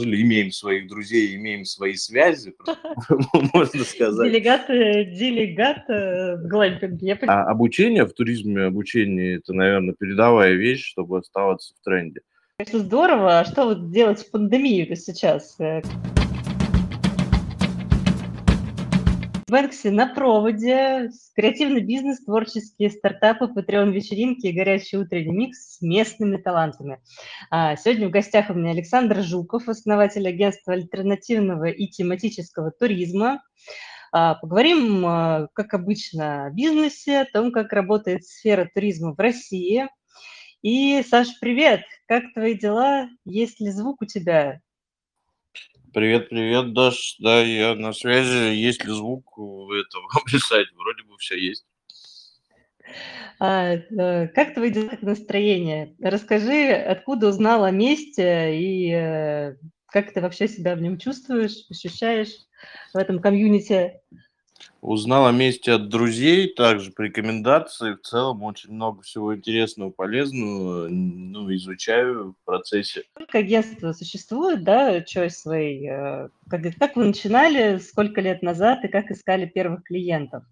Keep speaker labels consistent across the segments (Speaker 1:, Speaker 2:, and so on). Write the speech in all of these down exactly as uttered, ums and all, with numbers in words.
Speaker 1: имеем своих друзей, имеем свои связи, можно сказать.
Speaker 2: Делегат, э, делегат э, в глэмпинге, я поняла.
Speaker 1: А обучение в туризме, обучение– это, наверное, передовая вещь, чтобы оставаться в тренде.
Speaker 2: Конечно, здорово. А что вот делать в пандемию-то сейчас? Э, Бэнкси на проводе, с- креативный бизнес, творческие стартапы, патреон-вечеринки и горячий утренний микс с местными талантами. А, Сегодня в гостях у меня Александр Жуков, основатель агентства альтернативного и тематического туризма. А, Поговорим, а, как обычно, о бизнесе, о том, как работает сфера туризма в России. И, Саш, привет! Как твои дела? Есть ли звук у тебя?
Speaker 1: Привет, привет, Даш. Да, я на связи. Есть ли звук в этом описать? Вроде бы все есть.
Speaker 2: А, э, Как твои дела, как настроение? Расскажи, откуда узнал о месте и э, как ты вообще себя в нем чувствуешь, ощущаешь в этом комьюнити?
Speaker 1: Узнал о месте от друзей, также по рекомендации. В целом очень много всего интересного, полезного. Ну, изучаю в процессе.
Speaker 2: Сколько агентства существует, да, Choiceway? Э, Как, как вы начинали, сколько лет назад и как искали первых клиентов?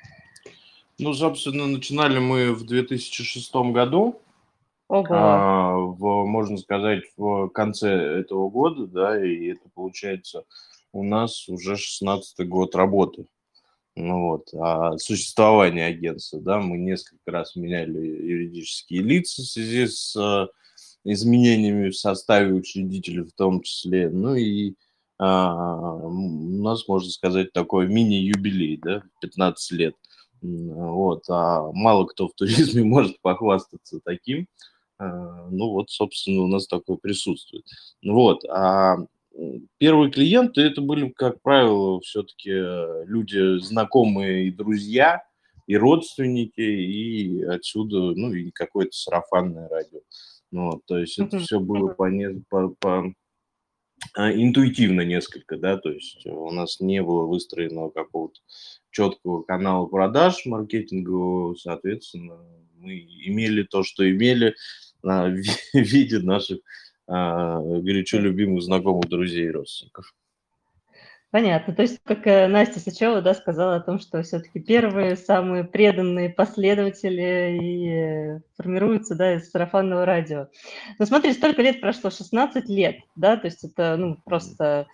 Speaker 1: Ну, собственно, начинали мы в две тысячи шестом году.
Speaker 2: Ого,
Speaker 1: а, в, можно сказать, в конце этого года, да, и это получается у нас уже шестнадцатый год работы. Ну вот, а существование агентства, да, мы несколько раз меняли юридические лица в связи с а, изменениями в составе учредителей в том числе. Ну и а, м, у нас, можно сказать, такой мини-юбилей, да, пятнадцать лет. М, Вот, а мало кто в туризме может похвастаться таким. А, Ну вот, собственно, у нас такое присутствует. Ну вот, а м, первые клиенты это были, как правило, все-таки люди знакомые и друзья, и родственники, и отсюда, ну, и какое-то сарафанное радио. Ну, вот, то есть это
Speaker 2: мгм,
Speaker 1: все было по, не- по, по- а, интуитивно несколько, да, то есть у нас не было выстроенного какого-то четкого канала продаж маркетингового, соответственно, мы имели то, что имели а, в ви- в виде наших а, горячо
Speaker 2: мгм.
Speaker 1: любимых знакомых, друзей и родственников.
Speaker 2: Понятно. То есть, как э, Настя Сычева, да, сказала о том, что все-таки первые, самые преданные последователи и э, формируются, да, из сарафанного радио. Но смотри, столько лет прошло, шестнадцать лет, да, то есть это, ну, просто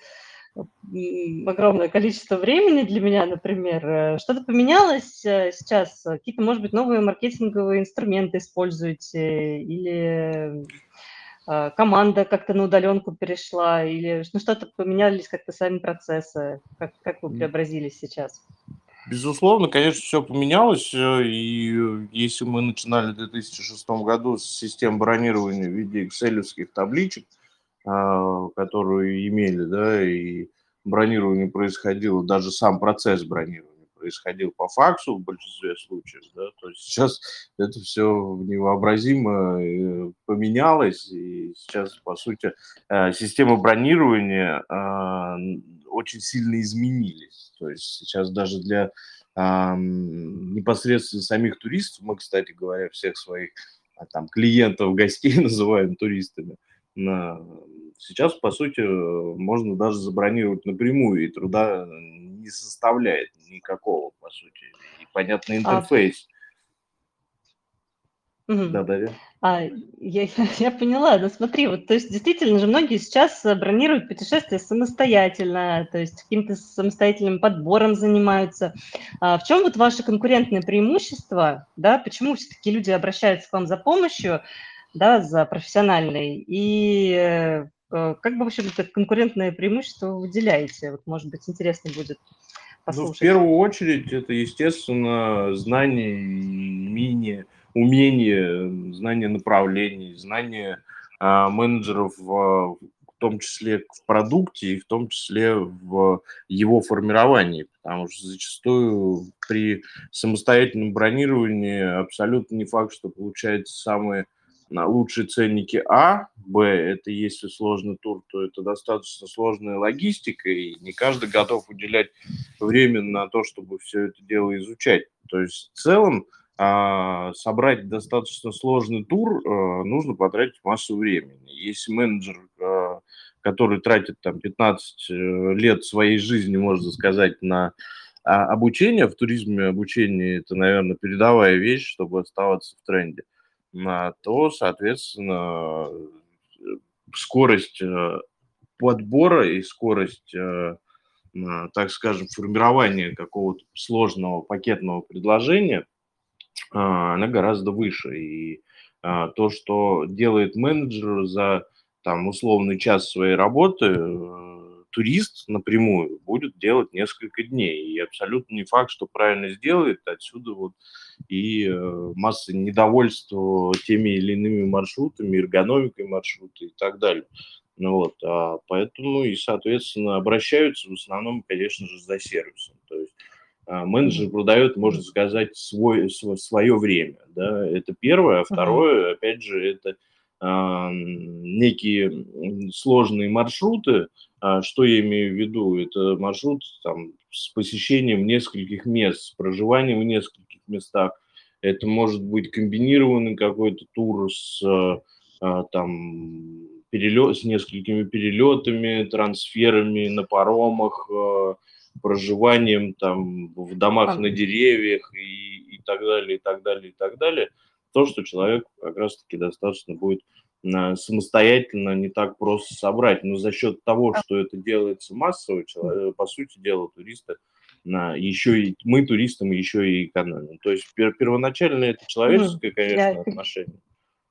Speaker 2: м, огромное количество времени для меня, например. Э, Что-то поменялось э, сейчас? Какие-то, может быть, новые маркетинговые инструменты используете или а, команда как-то на удаленку перешла или ну, что-то поменялись как-то сами процессы? Как, как вы преобразились сейчас?
Speaker 1: Безусловно, конечно, все поменялось. э, И э, если мы начинали в две тысячи шестом году с систем бронирования в виде экселевских табличек, а, которую имели, да, и бронирование происходило, даже сам процесс бронирования происходил по факсу в большинстве случаев, да, то есть сейчас это все невообразимо э, поменялось, и сейчас, по сути, э, системы бронирования а, н- очень сильно изменились. То есть сейчас даже для ам, непосредственно самих туристов, мы, кстати говоря, всех своих а, там клиентов, гостей называем туристами, на сейчас, по сути, можно даже забронировать напрямую, и труда не составляет никакого, по сути. И понятный
Speaker 2: А,
Speaker 1: интерфейс.
Speaker 2: мгм.
Speaker 1: Да, Дарья?
Speaker 2: А, я, я поняла, но смотри, вот, то есть действительно же многие сейчас э, бронируют путешествия самостоятельно, то есть каким-то самостоятельным подбором занимаются. А в чем вот ваше конкурентное преимущество, да, почему все-таки люди обращаются к вам за помощью, да, за профессиональной, и э, э, как бы, в общем, это конкурентное преимущество вы выделяете? Вот, может быть, интересно будет
Speaker 1: Ну, в
Speaker 2: послушать.
Speaker 1: первую очередь, это, естественно, знание, и умение, умение, знание направлений, знание а, менеджеров, в, в том числе в продукте и в том числе в его формировании. Потому что зачастую при самостоятельном бронировании абсолютно не факт, что получается самые на лучшие ценники А, Б, это если сложный тур, то это достаточно сложная логистика, и не каждый готов уделять время на то, чтобы все это дело изучать. То есть в целом а, собрать достаточно сложный тур а, нужно потратить массу времени. Если менеджер, а, который тратит там пятнадцать лет своей жизни, можно сказать, на а, обучение. В туризме обучение – это, наверное, передовая вещь, чтобы оставаться в тренде. На то, соответственно, э, скорость э, подбора и скорость, э, м, так скажем, формирования какого-то сложного пакетного предложения, а, она гораздо выше. И а, то, что делает менеджер за там условный час своей работы, э, турист напрямую будет делать несколько дней. И абсолютно не факт, что правильно сделает. Отсюда вот и э, масса недовольства теми или иными маршрутами, эргономикой маршрута и так далее. Ну вот, а поэтому и, соответственно, обращаются в основном, конечно же, за сервисом. То есть а, менеджер
Speaker 2: Мгм.
Speaker 1: продает, можно
Speaker 2: Мгм.
Speaker 1: сказать, свой, свое время, да, это первое. А
Speaker 2: Мгм.
Speaker 1: второе, опять же, это а, некие м, сложные маршруты. А, что я имею в виду? Это маршрут там, с посещением нескольких мест, с проживанием в нескольких местах. Это может быть комбинированный какой-то тур с а, а, там перелет, с несколькими перелетами, трансферами на паромах, а, проживанием там в домах
Speaker 2: А,
Speaker 1: на деревьях и, и так далее, и так далее, и так далее. То, что человек как раз-таки достаточно будет а, самостоятельно не так просто собрать. Но за счет того,
Speaker 2: а,
Speaker 1: что это делается массово,
Speaker 2: м,
Speaker 1: человек, по сути дела, туристы на еще и мы туристам еще и экономим. То есть пер- первоначально это
Speaker 2: мгм.
Speaker 1: человеческое,
Speaker 2: Я
Speaker 1: конечно, отношение.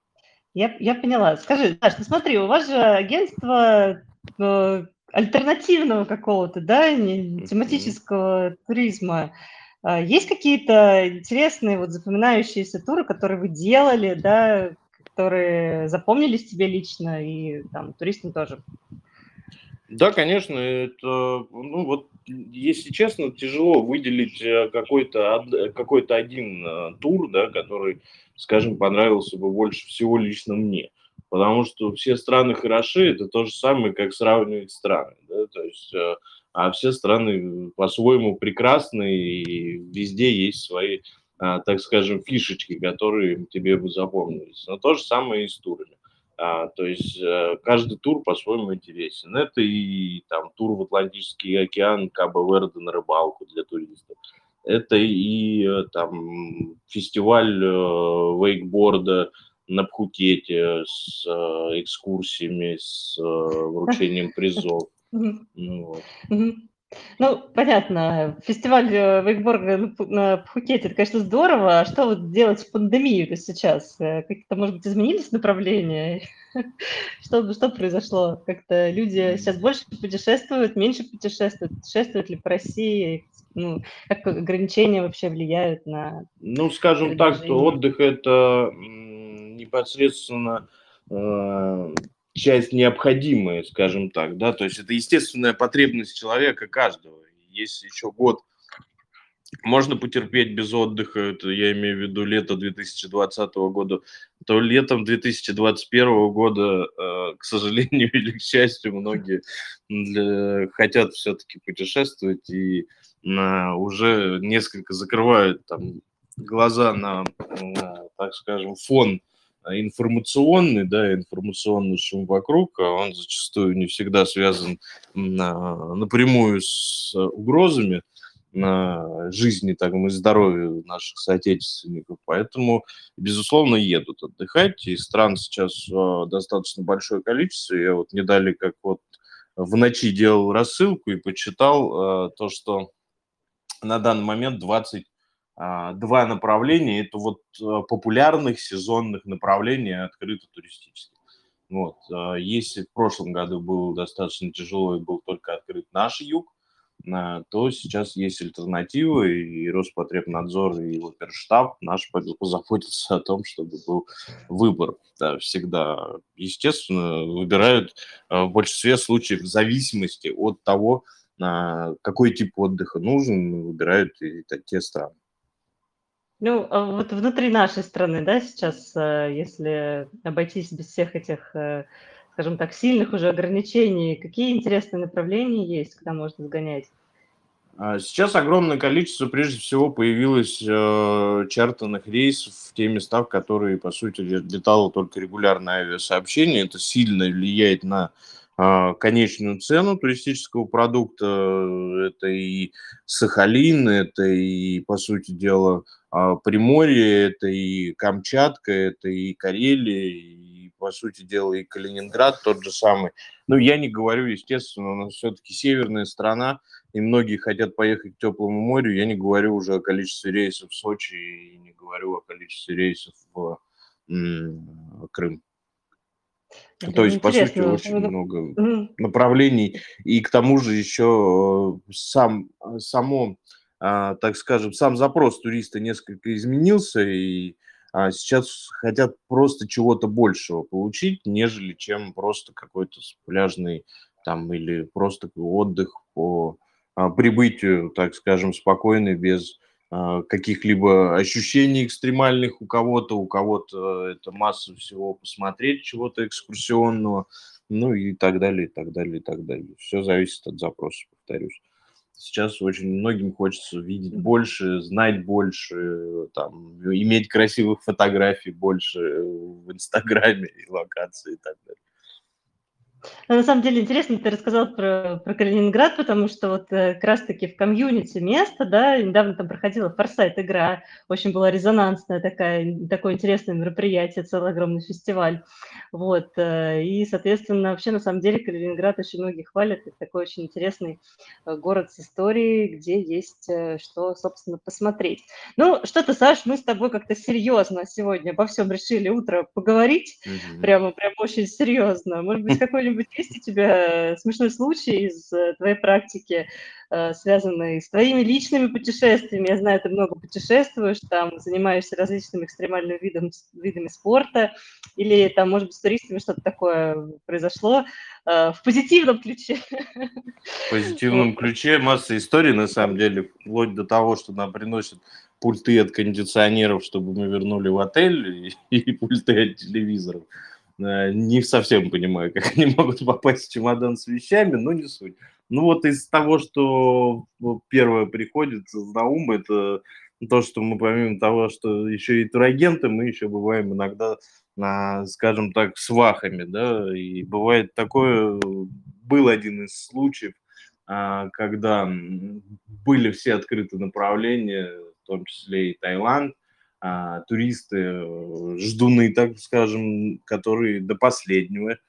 Speaker 2: я я поняла. Скажи, Даш, ну смотри, у вас же агентство, э, альтернативного какого-то, да, не
Speaker 1: Мгм.
Speaker 2: тематического туризма. А, есть какие-то интересные, вот запоминающиеся туры, которые вы делали, да, которые запомнились тебе лично и там туристам тоже?
Speaker 1: Да, конечно, это, ну вот, если честно, тяжело выделить э, какой-то од- э, какой-то один э, тур, да, который, скажем, понравился бы больше всего лично мне. Потому что все страны хороши, это то же самое, как сравнивать страны, да, то есть, э, а все страны по-своему прекрасны, и везде есть свои, а, так скажем, фишечки, которые тебе бы запомнились. Но то же самое и с турами. А, то есть э, каждый тур по-своему интересен. Это и там тур в Атлантический океан, Кабо-Верде на рыбалку для туристов. Это и э, там фестиваль э, вейкборда на Пхукете с э, экскурсиями, с э, вручением призов.
Speaker 2: Мгм.
Speaker 1: Ну, вот.
Speaker 2: Мгм. Ну, понятно, фестиваль, э, вейкборда на Пу на Пхукете — это, конечно, здорово. А что вот делать в пандемию-то сейчас? Э, как-то, может быть, изменились направления? Что что произошло? Как-то люди сейчас больше путешествуют, меньше путешествуют? Путешествуют ли по России? Ну, как ограничения вообще влияют на
Speaker 1: Ну, скажем так, то
Speaker 2: передвижение?
Speaker 1: отдых это м, непосредственно э, часть необходимая, скажем так, да, то есть это естественная потребность человека каждого. Если еще год можно потерпеть без отдыха, это я имею в виду лето две тысячи двадцатого года, то летом две тысячи двадцать первого года, э, к сожалению или к счастью, многие для- хотят все-таки путешествовать и на- уже несколько закрывают там глаза на, на, так скажем, фон э, информационный, да, информационный шум вокруг, а он зачастую не всегда связан на- напрямую с угрозами на жизни там, и здоровью наших соотечественников. Поэтому, безусловно, едут отдыхать. И стран сейчас э, достаточно большое количество. Я вот не дали, как вот в ночи делал рассылку и почитал э, то, что на данный момент двадцать а, два направления. Это вот э, популярных сезонных направлений открыто туристических. Вот. э, Если в прошлом году было достаточно тяжело и был только открыт наш юг, а, то сейчас есть альтернативы, и Роспотребнадзор, и Оперштаб наш по- позаботился о том, чтобы был выбор. Да, всегда, естественно, выбирают э, в большинстве случаев в зависимости от того, а, какой тип отдыха нужен, выбирают и та- те страны.
Speaker 2: Ну, а вот внутри нашей страны, да, сейчас, э, если обойтись без всех этих, э, скажем так, сильных уже ограничений, какие интересные направления есть, куда можно сгонять?
Speaker 1: А сейчас огромное количество, прежде всего, появилось э, чартерных рейсов в те места, в которые, по сути, ле- летало только регулярное авиасообщение. Это сильно влияет на а, конечную цену туристического продукта. Э, Это и Сахалин, это и, по сути дела, а, Приморье, это и Камчатка, это и Карелия, и, по сути дела, и Калининград тот же самый. Ну, я не говорю, естественно, у нас все-таки северная страна, и многие хотят поехать к теплому морю. Я не говорю уже о количестве рейсов в Сочи и не говорю о количестве рейсов в м, Крым. То
Speaker 2: Блин,
Speaker 1: есть, по сути,
Speaker 2: интересно.
Speaker 1: очень
Speaker 2: Ну,
Speaker 1: много
Speaker 2: мгм.
Speaker 1: направлений. И к тому же еще э, сам, э, само, а, так скажем, сам запрос туриста несколько изменился, и а, сейчас хотят просто чего-то большего получить, нежели чем просто какой-то с- пляжный там или просто отдых по а, прибытию, так скажем, спокойный, без а, каких-либо ощущений экстремальных у кого-то, у кого-то это масса всего посмотреть, чего-то экскурсионного, ну и так далее, и так далее, и так далее. Все зависит от запроса, повторюсь. Сейчас очень многим хочется видеть больше, знать больше, там, иметь красивых фотографий больше в Инстаграме и локации и так далее.
Speaker 2: Ну, на самом деле интересно, ты рассказал про, про Калининград, потому что вот э, как раз-таки в комьюнити место, да, и недавно там проходила Форсайт игра, очень была резонансная такая, такое интересное мероприятие, целый огромный фестиваль, вот, э, и, соответственно, вообще на самом деле Калининград очень многие хвалят, это такой очень интересный э, город с историей, где есть э, что, собственно, посмотреть. Ну, что-то, Саш, мы с тобой как-то серьезно сегодня обо всем решили утро поговорить,
Speaker 1: Мгм.
Speaker 2: прямо прям очень серьезно. Может быть, какой-нибудь есть у тебя э, смешной случай из э, твоей практики, э, связанный с твоими личными путешествиями? Я знаю, ты много путешествуешь, там занимаешься различными экстремальными видом, видами спорта, или там, может быть, с туристами что-то такое произошло э, в позитивном ключе.
Speaker 1: В
Speaker 2: Вот.
Speaker 1: позитивном ключе масса историй, на самом деле, вплоть до того, что нам приносят пульты от кондиционеров, чтобы мы вернули в отель, и, и пульты от телевизоров. Э, Не совсем понимаю, как они могут попасть в чемодан с вещами, но не суть. Ну вот из того, что вот первое приходит на ум, это то, что мы помимо того, что еще и турагенты, мы еще бываем иногда, на, скажем так, свахами, да, и бывает такое, был один из случаев, а, когда м, были все открыты направления, в том числе и Таиланд, а, туристы, э, ждуны, так скажем, которые до последнего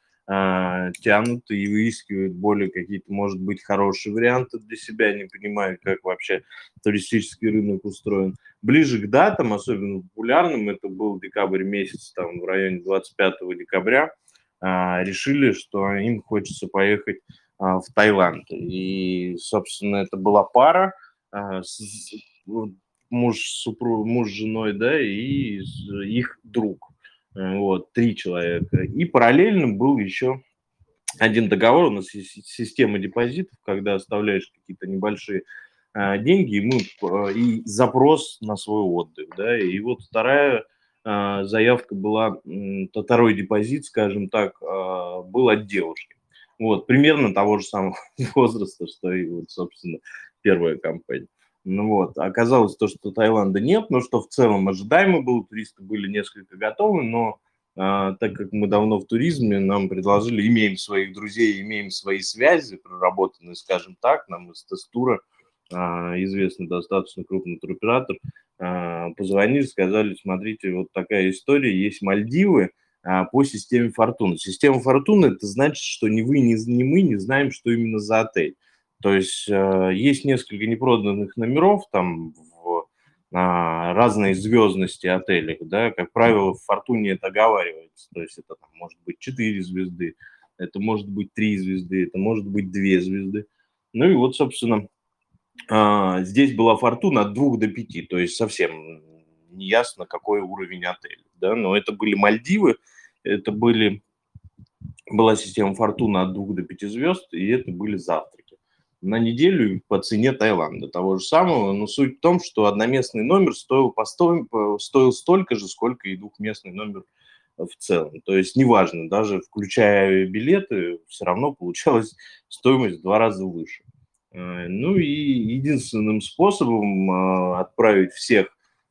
Speaker 1: а, тянут и выискивают более какие-то, может быть, хорошие варианты для себя, не понимая, как вообще туристический рынок устроен. Ближе к датам, особенно популярным, это был декабрь месяц, там в районе двадцать пятого декабря, а, решили, что им хочется поехать а, в Таиланд. И, собственно, это была пара, а, с- вот муж, супруг, муж с женой, да, и с- их друг. Э, Вот, три человека. И параллельно был еще один договор, у нас есть система депозитов, когда оставляешь какие-то небольшие а, деньги, и, мы, а, и запрос на свой отдых, да, и вот вторая а, заявка была, м, то второй депозит, скажем так, а, был от девушки. Вот, примерно того же самого возраста, что и вот, собственно, первая компания. Ну вот, оказалось то, что Таиланда нет, но что в целом ожидаемо было, туристы были несколько готовы, но а, так как мы давно в туризме, нам предложили, имеем своих друзей, имеем свои связи, проработанные, скажем так, нам из Тестура, а, известный достаточно крупный туроператор, а, позвонили, сказали, смотрите, вот такая история, есть Мальдивы а, по системе Фортуны. Система Фортуны – это значит, что ни вы, ни, ни мы не знаем, что именно за отель. То есть а, есть несколько непроданных номеров там в а, разной звездности отелей, да, как правило, в Фортуне это оговаривается, то есть это там, может быть четыре звезды, это может быть три звезды, это может быть две звезды. Ну и вот, собственно, а, здесь была Фортуна от двух до пяти, то есть совсем неясно, какой уровень отеля, да, но это были Мальдивы, это были была система Фортуна от двух до пяти звезд, и это были завтраки. На неделю по цене Таиланда того же самого. Но суть в том, что одноместный номер стоил, по сто, стоил столько же, сколько и двухместный номер в целом. То есть неважно, даже включая билеты, все равно получалась стоимость в два раза выше. Э, Ну и единственным способом э, отправить всех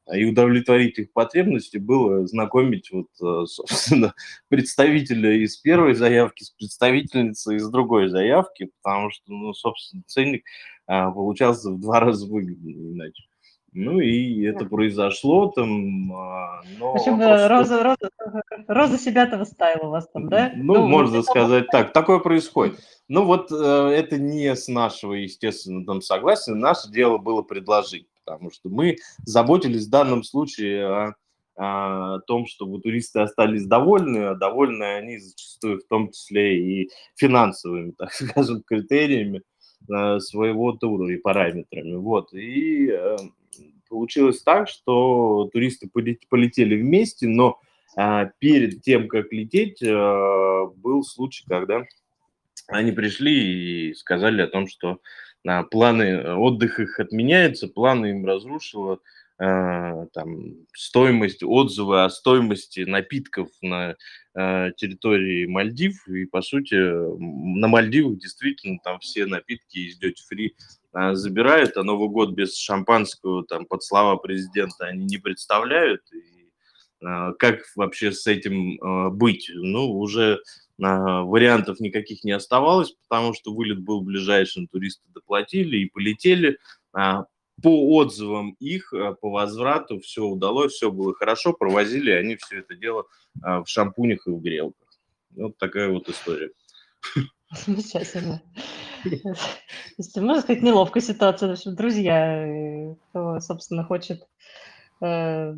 Speaker 1: и удовлетворить их потребности было знакомить вот, собственно, представителя из первой заявки с представительницей из другой заявки, потому что, ну, собственно, ценник а, получался в два раза выгоднее иначе. Ну и это произошло там, а,
Speaker 2: В
Speaker 1: но
Speaker 2: общем,
Speaker 1: вопрос
Speaker 2: э,
Speaker 1: в том,
Speaker 2: Роза, Роза, Роза себя-то выставила у вас там, да?
Speaker 1: ну,
Speaker 2: Ну, ну,
Speaker 1: можно сказать так, такое происходит. Ну вот э, это не с нашего, естественно, там согласия, наше дело было предложить, потому что мы заботились в данном случае о, о том, чтобы туристы остались довольны, а довольны они зачастую в том числе и финансовыми, так скажем, критериями э, своего тура и параметрами. Вот, и э, получилось так, что туристы полет- полетели вместе, но а, перед тем, как лететь, э, был случай, когда они пришли и сказали о том, что а, планы, э, отдых их отменяется, планы им разрушило э, там, стоимость, отзывы о стоимости напитков на э, территории Мальдив. И, по сути, м, на Мальдивах действительно там все напитки из Duty Free а, забирают, а Новый год без шампанского, там, под слова президента они не представляют. И а, как вообще с этим а, быть? Ну, уже а, вариантов никаких не оставалось, потому что вылет был ближайшим, туристы доплатили и полетели. А, По отзывам их, а, по возврату все удалось, все было хорошо, провозили они все это дело а, в шампунях и в грелках. Вот такая вот история.
Speaker 2: замечательно. То есть, можно сказать, неловкая ситуация, потому что друзья, э, кто, собственно, хочет э,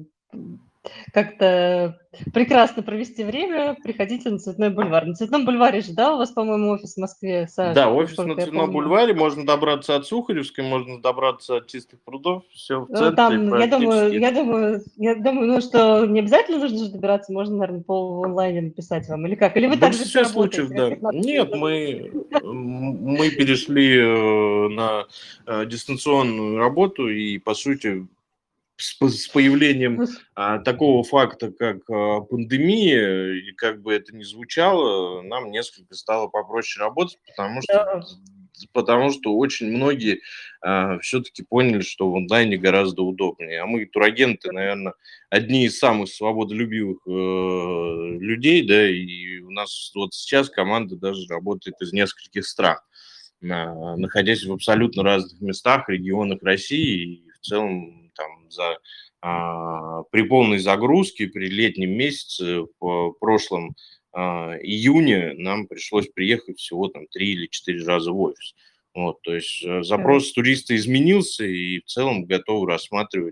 Speaker 2: как-то прекрасно провести время, приходите на Цветной бульвар. На Цветном бульваре же, да, у вас, по-моему, офис в Москве, Саш,
Speaker 1: Да, офис на
Speaker 2: насколько я
Speaker 1: Цветном
Speaker 2: помню.
Speaker 1: бульваре, можно добраться от Сухаревской, можно добраться от Чистых прудов, все в
Speaker 2: Ну,
Speaker 1: центре
Speaker 2: там, я думаю,
Speaker 1: практически.
Speaker 2: я думаю, я думаю, ну, что не обязательно нужно же добираться, можно, наверное, по онлайне написать вам, или как? Или вы
Speaker 1: В
Speaker 2: так же все
Speaker 1: большинстве случаев,
Speaker 2: работаете, как
Speaker 1: да.
Speaker 2: пятнадцать лет
Speaker 1: Нет,
Speaker 2: назад?
Speaker 1: мы, мы перешли э, на э, дистанционную работу, и, по сути, с, по- с появлением
Speaker 2: Ну,
Speaker 1: а, такого факта, как а, пандемия, и как бы это ни звучало, нам несколько стало попроще работать, потому что,
Speaker 2: да,
Speaker 1: потому что очень многие все-таки поняли, что в онлайне гораздо удобнее. А мы, турагенты, наверное, одни из самых свободолюбивых э, людей, да, и у нас вот сейчас команда даже работает из нескольких стран, на- находясь в абсолютно разных местах, регионах России, и в целом там за а, при полной загрузке, при летнем месяце, в прошлом а, июне нам пришлось приехать всего там три или четыре раза в офис. Вот, то есть э,
Speaker 2: да.
Speaker 1: запрос туриста изменился, и в целом готовы рассматривать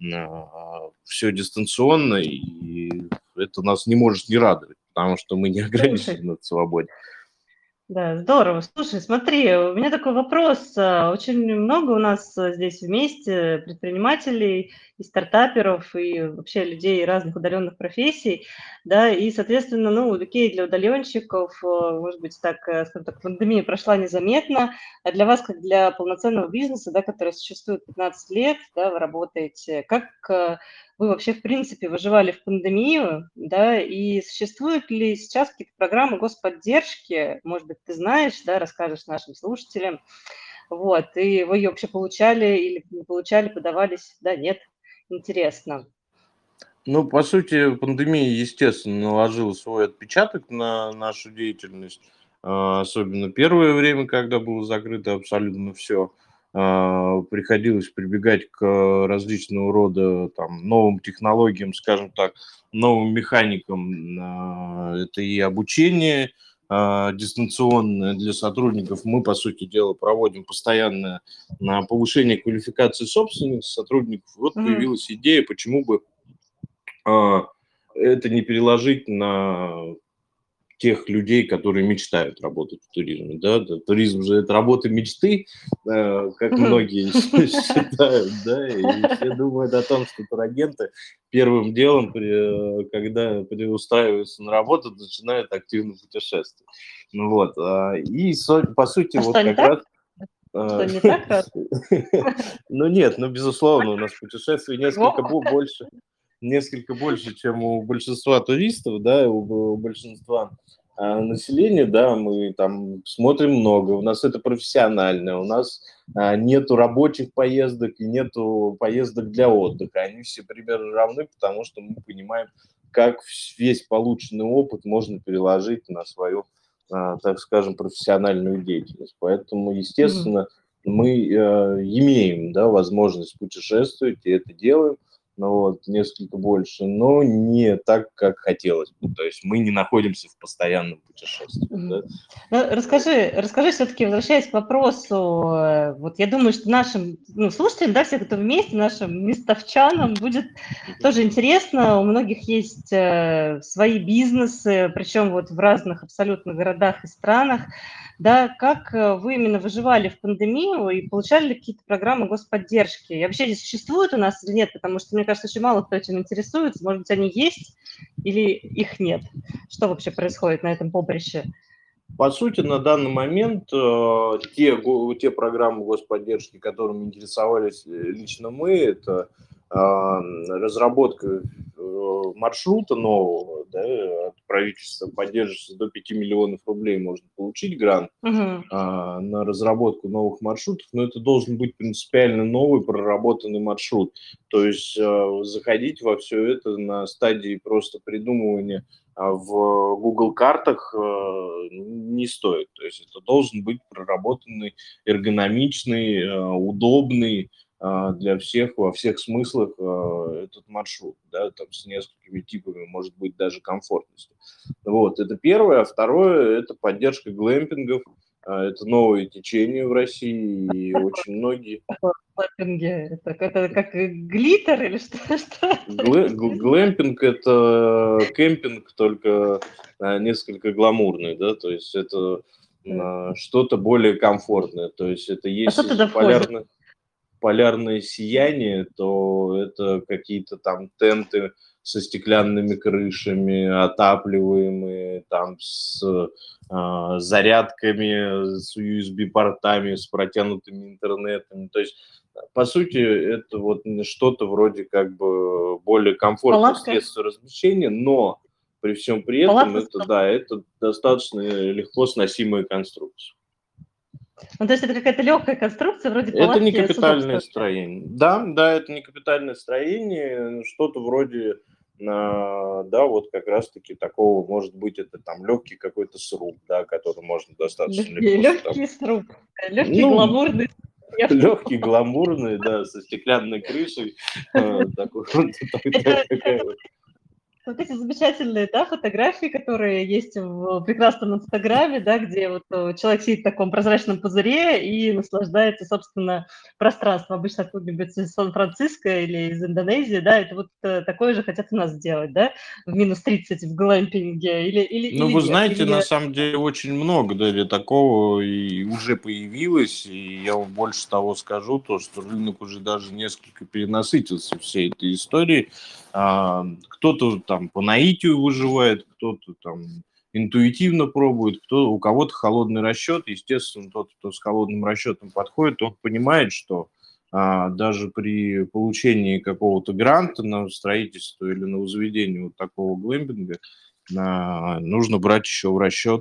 Speaker 1: все дистанционно, и это нас не может не радовать, потому что мы не
Speaker 2: Слушай,
Speaker 1: ограничены в свободе.
Speaker 2: да, здорово. Слушай, смотри, у меня такой вопрос. а, Очень много у нас а, здесь вместе предпринимателей и стартаперов, и вообще людей разных удаленных профессий, да, и, соответственно, ну, окей, для удаленщиков, а, может быть, так, э, скажем так, пандемия прошла незаметно, а для вас, как для полноценного бизнеса, да, который существует пятнадцать лет, да, вы работаете, как а, вы вообще, в принципе, выживали в пандемию, да, и существуют ли сейчас какие-то программы господдержки, может быть, ты знаешь, да, расскажешь нашим слушателям, вот, и вы ее вообще получали или не получали, подавались, да, нет, интересно.
Speaker 1: Ну, по сути, пандемия, естественно, наложила свой отпечаток на нашу деятельность, а, особенно первое время, когда было закрыто абсолютно все. Приходилось прибегать к различного рода там, новым технологиям, скажем так, новым механикам. А, Это и обучение а, дистанционное для сотрудников. Мы, по сути дела, проводим постоянное а, повышение квалификации собственных сотрудников. Вот
Speaker 2: Мгм.
Speaker 1: появилась идея, почему бы а, это не переложить на тех людей, которые мечтают работать в туризме. Да? Да, туризм же это работа мечты, э, как
Speaker 2: Мгм.
Speaker 1: многие считают, да, и все думают о том, что турагенты первым делом, при, э, когда устраиваются на работу, начинают активно путешествовать. Ну вот, а, и со- по сути
Speaker 2: А
Speaker 1: вот
Speaker 2: что, не
Speaker 1: как
Speaker 2: так?
Speaker 1: раз
Speaker 2: Что,
Speaker 1: а,
Speaker 2: не так? Раз?
Speaker 1: ну нет, ну безусловно, у нас путешествий несколько
Speaker 2: По-другому?
Speaker 1: бо- больше, несколько больше, чем у большинства туристов, да, у, б- у большинства а, населения, да, мы там смотрим много, у нас это профессионально, у нас а, нету рабочих поездок и нету поездок для отдыха. Они все примерно равны, потому что мы понимаем, как весь полученный опыт можно переложить на свою, а, так скажем, профессиональную деятельность. Поэтому,
Speaker 2: Мгм.
Speaker 1: естественно, мы э, имеем, да, возможность путешествовать и это делаем, ну, вот, несколько больше, но не так, как хотелось бы. То есть мы не находимся в постоянном путешествии. Да?
Speaker 2: Мгм. Ну, расскажи, расскажи все-таки, возвращаясь к вопросу, э, вот я думаю, что нашим, ну, слушателям, да, все, кто вместе, нашим местовчанам будет
Speaker 1: Мгм.
Speaker 2: тоже интересно. У многих есть э, свои бизнесы, причем вот в разных абсолютно городах и странах. Да, как э, вы именно выживали в пандемию и получали ли какие-то программы господдержки? И вообще они существуют у нас или нет? Потому что, мне кажется, очень мало кто этим интересуется. Может быть, они есть или их нет? Что вообще происходит на этом поприще?
Speaker 1: По сути, на данный момент э, те, го- те программы господдержки, которыми интересовались э, лично мы, это э, разработка э, маршрута нового, да, от правительства поддерживается до пяти миллионов рублей можно получить грант
Speaker 2: Мгм.
Speaker 1: а, на разработку новых маршрутов, но это должен быть принципиально новый проработанный маршрут. То есть э, заходить во все это на стадии просто придумывания а, в Google картах э, не стоит. То есть это должен быть проработанный, эргономичный, э, удобный э, для всех во всех смыслах э, этот маршрут, да, там с несколькими типами, может быть, даже комфортностью. Вот, это первое. А второе – это поддержка глэмпингов. А, Это новое течение в России, и очень многие.
Speaker 2: Такое в клэмпинге. Это, это как э, глиттер или что, что это?
Speaker 1: Глэ- гл- Глэмпинг – это кемпинг, только а, несколько гламурный, да, то есть это а, что-то более комфортное. То есть это
Speaker 2: А что
Speaker 1: если
Speaker 2: туда входит?
Speaker 1: полярно, полярное сияние, то это какие-то там тенты со стеклянными крышами, отапливаемые, там с а, зарядками, с ю эс би-портами, с протянутыми интернетами. То есть, по сути, это вот что-то вроде как бы более комфортного
Speaker 2: Палатка?
Speaker 1: средства размещения, но при всем при этом
Speaker 2: Палатка с
Speaker 1: это, да, это достаточно легко сносимая конструкция.
Speaker 2: Ну, то есть это какая-то легкая конструкция, вроде
Speaker 1: Это не
Speaker 2: палатки с
Speaker 1: капитальное
Speaker 2: удобствами.
Speaker 1: строение. Да, да, это не капитальное строение, что-то вроде, а, да, вот как раз-таки такого, может быть, это там легкий какой-то сруб, да, который можно достаточно
Speaker 2: Легкий,
Speaker 1: легко с- там,
Speaker 2: легкий сруб, легкий
Speaker 1: ну,
Speaker 2: гламурный сруб.
Speaker 1: легкий, гламурный, да, со стеклянной крышей, а, такой, вот
Speaker 2: Это,
Speaker 1: такая вот.
Speaker 2: Вот эти замечательные, да, фотографии, которые есть в прекрасном Инстаграме, да, где вот э, человек сидит в таком прозрачном пузыре и наслаждается, собственно, пространством. Обычно откуда-нибудь из Сан-Франциско или из Индонезии, да, это вот э, такое же хотят у нас сделать, да, в минус тридцать в глэмпинге или, или,
Speaker 1: Ну,
Speaker 2: или
Speaker 1: вы
Speaker 2: нет.
Speaker 1: знаете, на
Speaker 2: Или
Speaker 1: самом деле очень много, да, для такого и уже появилось, и я вам больше того скажу, то, что рынок уже даже несколько перенасытился всей этой историей. А, Кто-то там по наитию выживает, кто-то там интуитивно пробует, кто, у кого-то холодный расчет. Естественно, тот, кто с холодным расчетом подходит, он понимает, что а, даже при получении какого-то гранта на строительство или на возведение вот такого глэмпинга а, нужно брать еще в расчет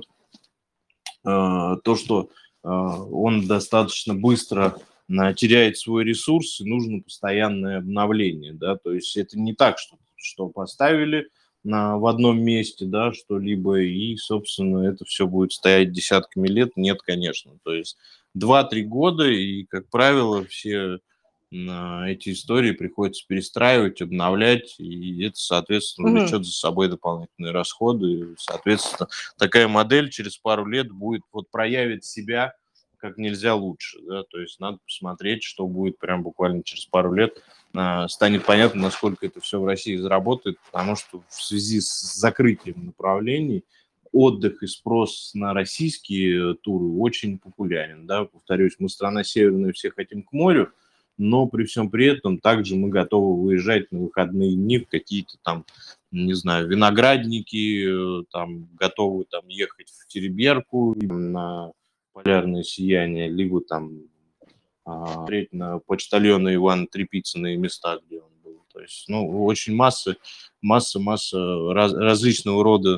Speaker 1: а, то, что а, он достаточно быстро а, теряет свой ресурс, и нужно постоянное обновление, да, то есть это не так, что, что поставили на, в одном месте, да, что-либо, и, собственно, это все будет стоять десятками лет, нет, конечно, то есть два-три года, и, как правило, все на эти истории приходится перестраивать, обновлять, и это, соответственно,
Speaker 2: Мгм.
Speaker 1: влечет за собой дополнительные расходы. И, соответственно, такая модель через пару лет будет вот проявит себя как нельзя лучше, да, то есть надо посмотреть, что будет прям буквально через пару лет, а, станет понятно, насколько это все в России заработает, потому что в связи с закрытием направлений отдых и спрос на российские туры очень популярен, да, повторюсь, мы страна северная, все хотим к морю, но при всем при этом также мы готовы выезжать на выходные дни в какие-то там, не знаю, виноградники, э, там готовы там ехать в Тереберку на полярное сияние, либо там а, смотреть на почтальона Ивана Трепицына и места, где он был. То есть, ну, очень масса, масса, масса раз- различного рода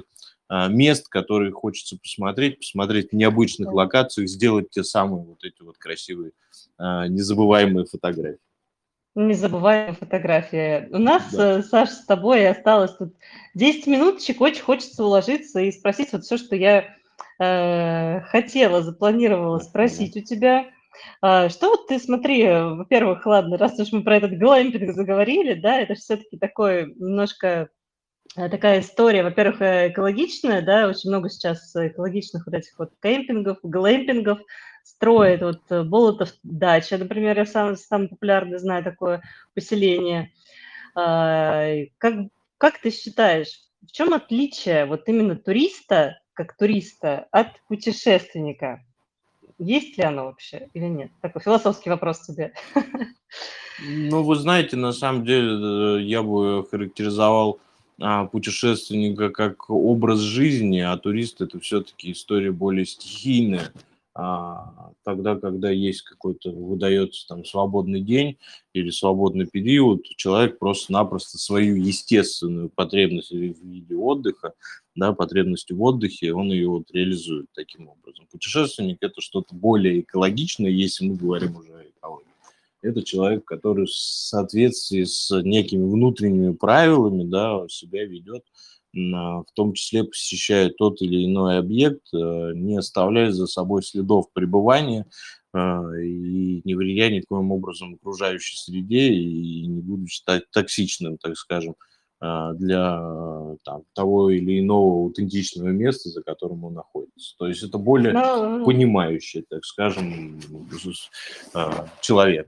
Speaker 1: мест, которые хочется посмотреть, посмотреть в необычных локациях, сделать те самые вот эти вот красивые, незабываемые фотографии.
Speaker 2: Незабываемые фотографии. У нас,
Speaker 1: Да.
Speaker 2: э, Саш, с тобой осталось тут десять минуточек, очень хочется уложиться и спросить вот все, что я э, хотела, запланировала спросить у тебя. А, Что вот ты, смотри, э, во-первых, ладно, раз уж мы про этот глэмпинг заговорили, да, это все-таки такой немножко э, такая история, во-первых, э, экологичная, да, очень много сейчас экологичных вот этих вот кемпингов, глэмпингов строит. Вот э, Болотов дача, например, я сам, самый популярный знаю такое поселение. А, и Как, как ты считаешь, в чем отличие вот именно туриста, как туриста, от путешественника? Есть ли оно вообще или нет? Такой философский вопрос тебе.
Speaker 1: Ну, вы знаете, на самом деле, э, я бы характеризовал а, путешественника как образ жизни, а турист это все-таки история более стихийная. А, тогда, когда есть какой-то, выдается там свободный день или свободный период, человек просто-напросто свою естественную потребность в виде отдыха, да, потребность в отдыхе, он ее вот реализует таким образом. Путешественник это что-то более экологичное, если мы говорим уже о экологии. Это человек, который в соответствии с некими внутренними правилами, да, себя ведет, в том числе посещает тот или иной объект, э, не оставляя за собой следов пребывания а, и не влияя никоим образом окружающей среде и не будучи токсичным, так скажем, а, для э, там, того или иного аутентичного места, за которым он находится. То есть это более
Speaker 2: Ну,
Speaker 1: понимающий, так скажем, а, человек.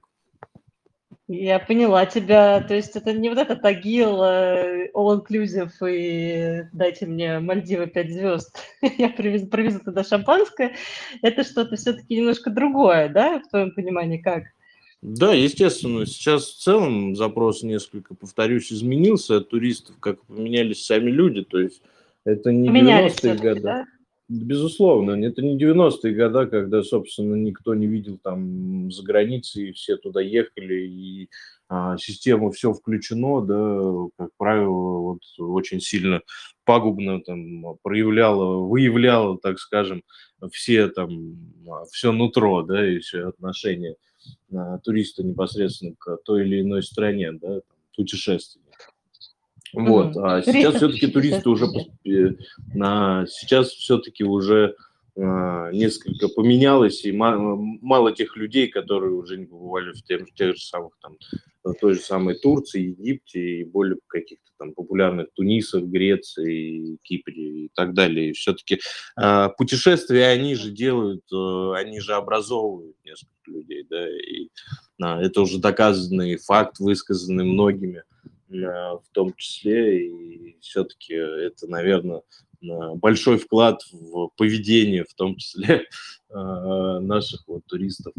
Speaker 2: я поняла тебя. То есть это не вот этот Тагил, э, all-inclusive и дайте мне Мальдивы пять звезд, я привез, провезу туда шампанское. Это что-то все-таки немножко другое, да, в твоем понимании, как?
Speaker 1: Да, естественно, сейчас в целом запрос несколько, повторюсь, изменился от туристов, как поменялись сами люди, то есть это не
Speaker 2: Поменялись
Speaker 1: девяностые
Speaker 2: все-таки,
Speaker 1: годы.
Speaker 2: да?
Speaker 1: Безусловно, это не девяностые годы, когда, собственно, никто не видел там за границей, и все туда ехали, и а, система все включено, да, как правило, вот очень сильно пагубно там проявляла, выявляла, так скажем, все там, все нутро, да, и все отношения а, туриста непосредственно к той или иной стране, да, там, путешественника. Вот.
Speaker 2: Мгм.
Speaker 1: А сейчас
Speaker 2: Туристов,
Speaker 1: все-таки туристы уже
Speaker 2: путешественники.
Speaker 1: пос- э, на сейчас все-таки уже а, несколько поменялось, и ма- мало тех людей, которые уже не побывали в тех, тех же самых там в той же самой Турции, Египте и более каких-то там популярных Тунисах, Греции, Кипре и так далее. И все-таки а, путешествия они же делают, э, они же образовывают несколько людей, да, и а, это уже доказанный факт, высказанный многими в том числе, и все-таки это, наверное, большой вклад в поведение, в том числе наших вот туристов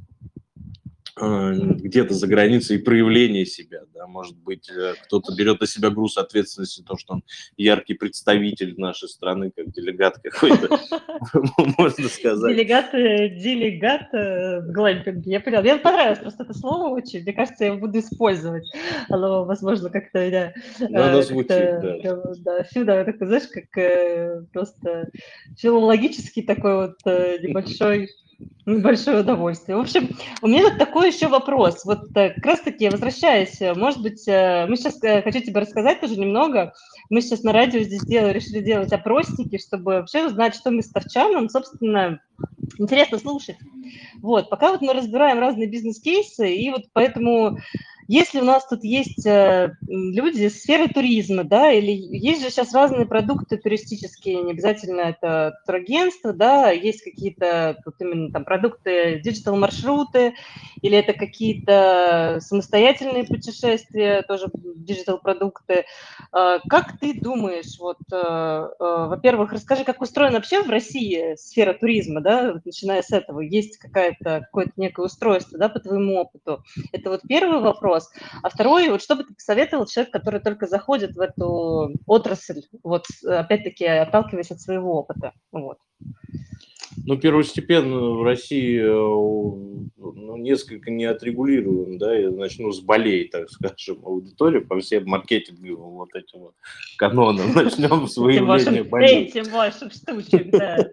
Speaker 2: Мгм.
Speaker 1: где-то за границей и проявление себя, да, может быть, э, кто-то берет на себя груз ответственности, то, что он яркий представитель нашей страны, как делегат какой-то, можно сказать.
Speaker 2: Делегат, э, делегат э, в глэмпинге. Я поняла. Мне понравилось просто это слово очень. Мне кажется, я его буду использовать. Оно, возможно, как-то меня,
Speaker 1: Но оно
Speaker 2: э,
Speaker 1: звучит,
Speaker 2: как-то
Speaker 1: да.
Speaker 2: прям, да, сюда, такой, знаешь, как э, просто филологический такой вот э, небольшой Большое удовольствие. В общем, у меня вот такой еще вопрос. Вот э, как раз-таки, возвращаясь, э, может быть, э, мы сейчас, э, хочу тебе рассказать тоже немного. Мы сейчас на радио здесь делали, решили делать опросники, чтобы вообще узнать, что мы с торчаном, собственно, интересно слушать. Вот, пока вот мы разбираем разные бизнес-кейсы, и вот поэтому, если у нас тут есть э, люди из сферы туризма, да, или есть же сейчас разные продукты туристические, не обязательно это турагентство, да, есть какие-то вот именно там продукты, диджитал-маршруты, или это какие-то самостоятельные путешествия, тоже диджитал-продукты. Э, Как ты думаешь, вот, э, э, во-первых, расскажи, как устроена вообще в России сфера туризма, да, вот начиная с этого, есть какая-то, какое-то некое устройство, да, по твоему опыту? Это вот первый вопрос. А второй, вот что бы ты посоветовал человеку, который только заходит в эту отрасль, вот опять-таки отталкиваясь от своего опыта? Вот.
Speaker 1: Ну, первостепенно в России э, у- ну, несколько не отрегулирован, да, я начну с болей, так скажем, аудитория по всем маркетинговым вот этим вот канонам, начнем с
Speaker 2: Этим
Speaker 1: выявления
Speaker 2: вашим,
Speaker 1: болей.
Speaker 2: этим вашим штучек, да.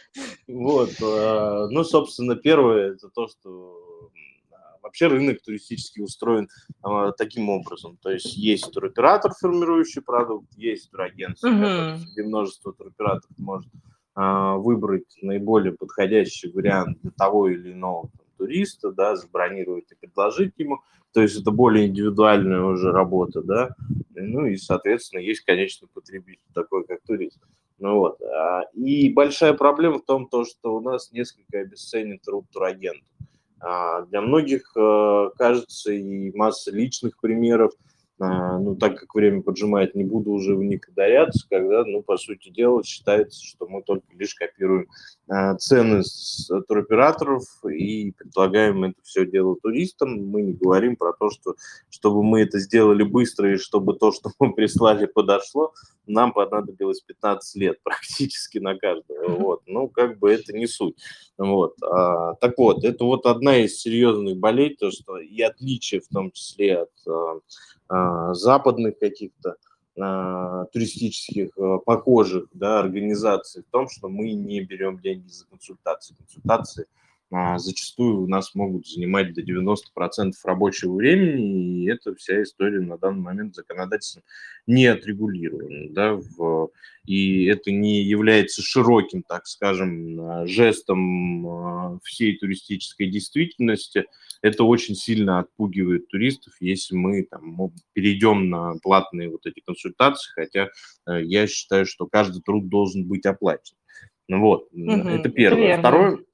Speaker 1: Вот, а, ну, собственно, первое это то, что м, а, вообще рынок туристический устроен а, таким образом. То есть есть туроператор, формирующий продукт, есть турагентство, которое
Speaker 2: Мгм.
Speaker 1: среди множества туроператоров может а, выбрать наиболее подходящий вариант для того или иного там, туриста, да, забронировать и предложить ему. То есть это более индивидуальная уже работа, да. Ну и, соответственно, есть конечный потребитель, такой как турист. Ну вот. а, И большая проблема в том, то, что у нас несколько обесценен труд турагентов. А, Для многих э, кажется и масса личных примеров, а, ну, так как время поджимает, не буду уже в них ударяться, когда, ну, по сути дела, считается, что мы только лишь копируем а, цены с туроператоров и предлагаем это все дело туристам. Мы не говорим про то, что чтобы мы это сделали быстро и чтобы то, что мы прислали, подошло, нам понадобилось пятнадцать лет практически на каждого. Вот. Ну, как бы это не суть. Вот. А, так вот, это вот одна из серьезных болей, то, что и отличие в том числе от а, а, западных каких-то а, туристических а, похожих да, организаций в том, что мы не берем деньги за консультации. Консультации а, зачастую у нас могут занимать до девяноста процентов рабочего времени, и эта вся история на данный момент законодательством не отрегулирована. Да, в, и это не является широким, так скажем, а, жестом а, всей туристической действительности. Это очень сильно отпугивает туристов, если мы там, мо- перейдем на платные вот эти консультации, хотя э, я считаю, что каждый труд должен быть оплачен. Ну вот, м, это
Speaker 2: Мгм. Это
Speaker 1: первое.
Speaker 2: верно.
Speaker 1: Второе,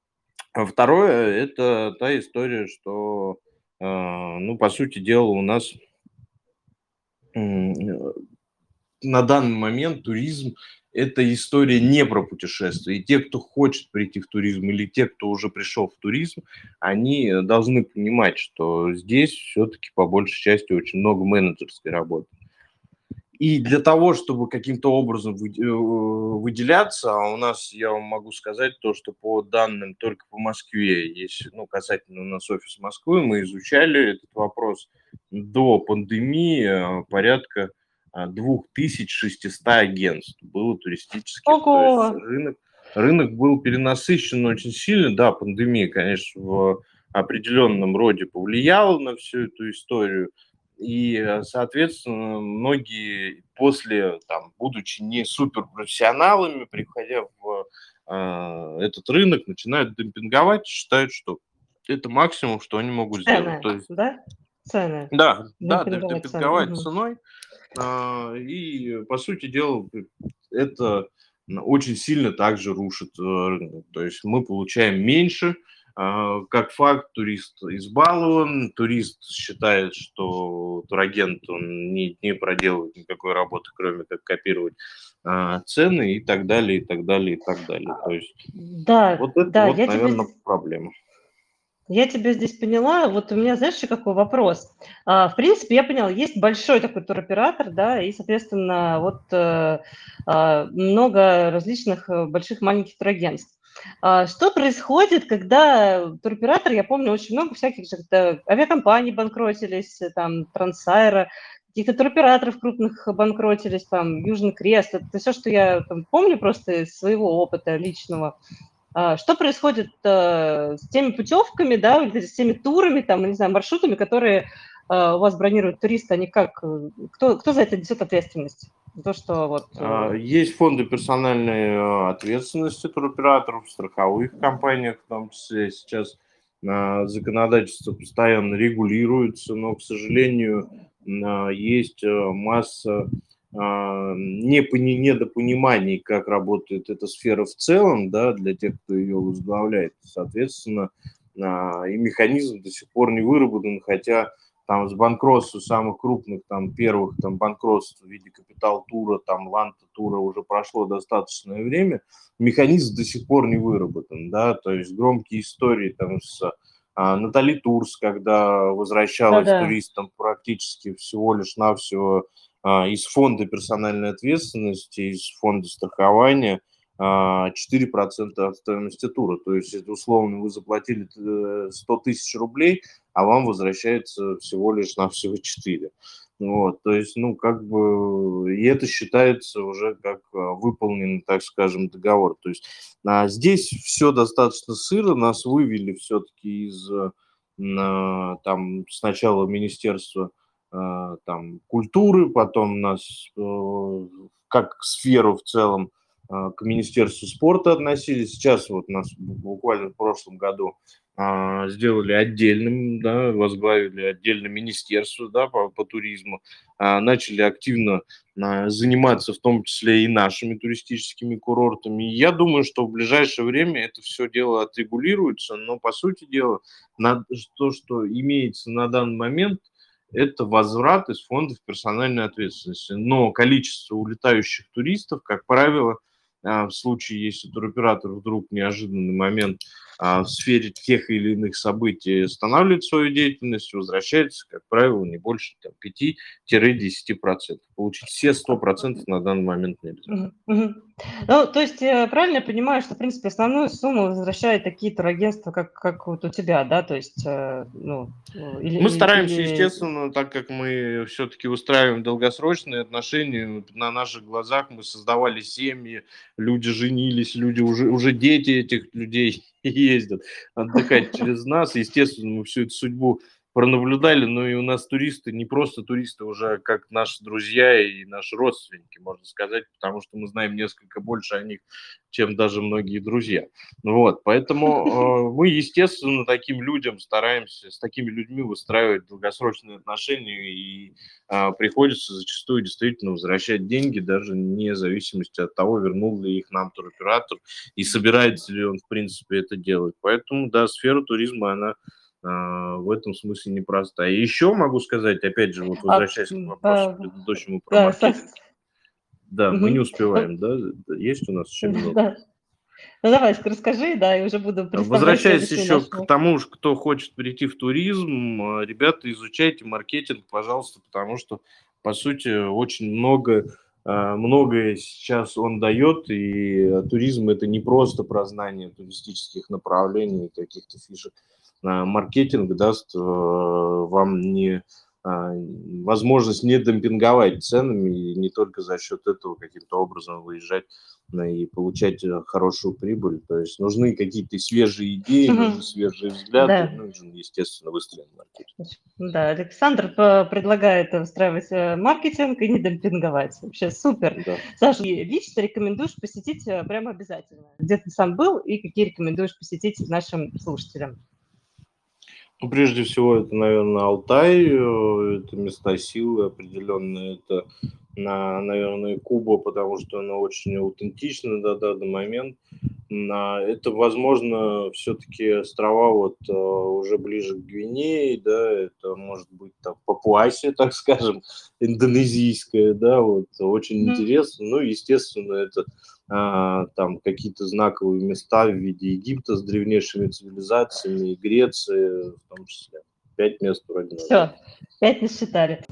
Speaker 1: а второе, это та история, что, э, ну, по сути дела, у нас м, э, на данный момент туризм – это история не про путешествия. И те, кто хочет прийти в туризм, или те, кто уже пришел в туризм, они э, должны понимать, что здесь все-таки по большей части очень много менеджерской работы. И для того, чтобы каким-то образом вы- э, выделяться, а у нас, я вам могу сказать, то, что по данным только по Москве, если, ну, касательно у нас офис Москвы, мы изучали этот вопрос до пандемии, э, порядка а, две тысячи шестьсот агентств было туристических, то
Speaker 2: Ого!
Speaker 1: есть рынок, рынок был перенасыщен очень сильно, да, пандемия, конечно, в определенном роде повлияла на всю эту историю, и, э, соответственно, многие после, там, будучи не суперпрофессионалами, приходя в а, этот рынок, начинают демпинговать, считают, что это максимум, что они могут сделать.
Speaker 2: Цены,
Speaker 1: То есть,
Speaker 2: да? Цены.
Speaker 1: да, да, дем-
Speaker 2: Демпинговать цены.
Speaker 1: демпинговать
Speaker 2: Мгм.
Speaker 1: ценой, а, и, по сути дела, это н- очень сильно также рушит э, рынок. То есть мы получаем меньше, а, как факт, турист избалован, турист считает, что турагент он не, не проделывает никакой работы, кроме как копировать а, цены и так далее, и так далее, и так далее. То есть
Speaker 2: Да,
Speaker 1: вот это
Speaker 2: да,
Speaker 1: вот,
Speaker 2: я тебя
Speaker 1: наверное,
Speaker 2: здесь
Speaker 1: проблема.
Speaker 2: Я тебя здесь поняла. Вот у меня, знаешь, еще какой вопрос? А, в принципе, я поняла, есть большой такой туроператор, да, и, соответственно, вот э, а, много различных э, больших маленьких турагентств. А, что происходит, когда туроператор, я помню, очень много всяких же когда авиакомпаний банкротились, э, там, Трансайра, каких-то туроператоров крупных банкротились, там, Южный Крест. Это все, что я там, помню просто из своего опыта личного. А, что происходит, э, с теми путевками, да, или с теми турами, там, не знаю, маршрутами, которые, а, у вас бронируют туристы? Они как, э, кто кто за это несет ответственность? За то, что вот,
Speaker 1: А,
Speaker 2: э
Speaker 1: Есть фонды персональной э, ответственности туроператоров, в страховых компаниях, в том числе сейчас а, законодательство постоянно регулируется, но, к сожалению, а, есть э, масса а, непони- недопониманий, как работает эта сфера в целом, да, для тех, кто ее возглавляет. Соответственно, а, и механизм до сих пор не выработан, хотя там с банкротства самых крупных, там первых там банкротств в виде Капитал Тура, там Ланта Тура уже прошло достаточное время, механизм до сих пор не выработан, да, то есть громкие истории там с а, Натали Турс, когда возвращалась
Speaker 2: Да-да.
Speaker 1: туристам практически всего лишь навсего а, из фонда персональной ответственности, из фонда страхования, а, четыре процента от стоимости тура. То есть, это условно, вы заплатили э, сто тысяч рублей, а вам возвращается всего лишь навсего четыре. Вот, то есть, ну, как бы, и это считается уже как а, выполненный, так скажем, договор. То есть а, здесь все достаточно сыро, нас вывели все-таки из э, на, там сначала Министерства а, там, культуры, потом нас э, как сферу в целом а, к Министерству спорта относились. Сейчас вот нас буквально в прошлом году а, сделали отдельным, да, возглавили отдельное министерство, да, по, по туризму, а, начали активно а, заниматься в том числе и нашими туристическими курортами. И я думаю, что в ближайшее время это все дело отрегулируется, но по сути дела на, то, что имеется на данный момент, это возврат из фондов персональной ответственности. Но количество улетающих туристов, как правило, а, в случае, если туроператор вдруг в неожиданный момент а, в сфере тех или иных событий останавливает свою деятельность, возвращается, как правило, не больше там, пяти-десяти процентов. Получить все сто процентов на данный момент нельзя.
Speaker 2: Мгм, мгм. Ну, то есть, э, правильно я понимаю, что, в принципе, основную сумму возвращают такие турагентства, как, как вот у тебя, да? То есть, э, ну, э, или,
Speaker 1: Мы
Speaker 2: или,
Speaker 1: стараемся,
Speaker 2: или...
Speaker 1: естественно, так как мы все-таки устраиваем долгосрочные отношения, на наших глазах мы создавали семьи, люди женились, люди уже, уже дети этих людей ездят отдыхать через нас. Естественно, мы всю эту судьбу пронаблюдали, но и у нас туристы, не просто туристы, уже как наши друзья и наши родственники, можно сказать, потому что мы знаем несколько больше о них, чем даже многие друзья. Вот, поэтому э, мы, естественно, таким людям стараемся, с такими людьми выстраивать долгосрочные отношения, и э, приходится зачастую действительно возвращать деньги, даже вне зависимости от того, вернул ли их нам туроператор и собирается ли он, в принципе, это делать. Поэтому, да, сфера туризма, она э, в этом смысле непростая. И еще могу сказать, опять же, вот
Speaker 2: А,
Speaker 1: возвращаясь к
Speaker 2: м,
Speaker 1: вопросу
Speaker 2: а,
Speaker 1: предыдущему про
Speaker 2: да, со-
Speaker 1: маркетинг, да, мы не
Speaker 2: мгм. Ну,
Speaker 1: успеваем, да, есть у нас еще минут.
Speaker 2: да. Ну, давай, расскажи, да, и уже буду представлять
Speaker 1: Возвращаясь
Speaker 2: следующую
Speaker 1: еще к
Speaker 2: нашу.
Speaker 1: тому, ж, кто хочет прийти в туризм, э, ребята, изучайте маркетинг, пожалуйста, потому что, по сути, очень много, э, многое сейчас он дает, и э, туризм – это не просто про знание туристических направлений, каких-то фишек. А Маркетинг даст э, вам не а, возможность не демпинговать ценами и не только за счет этого каким-то образом выезжать на- и получать э, хорошую прибыль. То есть нужны какие-то свежие идеи, нужны свежие взгляды,
Speaker 2: Да,
Speaker 1: нужен, естественно, выстроенный маркетинг.
Speaker 2: да, Александр по- предлагает устраивать э, маркетинг и не демпинговать. Вообще супер.
Speaker 1: Да.
Speaker 2: Саша, и ВИЧ ты рекомендуешь посетить э, прямо обязательно. Где ты сам был и какие рекомендуешь посетить нашим слушателям?
Speaker 1: Ну, прежде всего, это, наверное, Алтай, э, это места силы определенные, это, на, наверное, Куба, потому что она очень аутентична на данный момент. На, это, возможно, все-таки острова вот э, уже ближе к Гвинее, да, это может быть там Папуасия, так скажем, индонезийская, да, вот, очень
Speaker 2: Мгм.
Speaker 1: интересно. Ну, естественно, это а, там какие-то знаковые места в виде Египта с древнейшими цивилизациями, и Греции в том числе. Пять мест вроде назвал.
Speaker 2: Все, пять насчитали.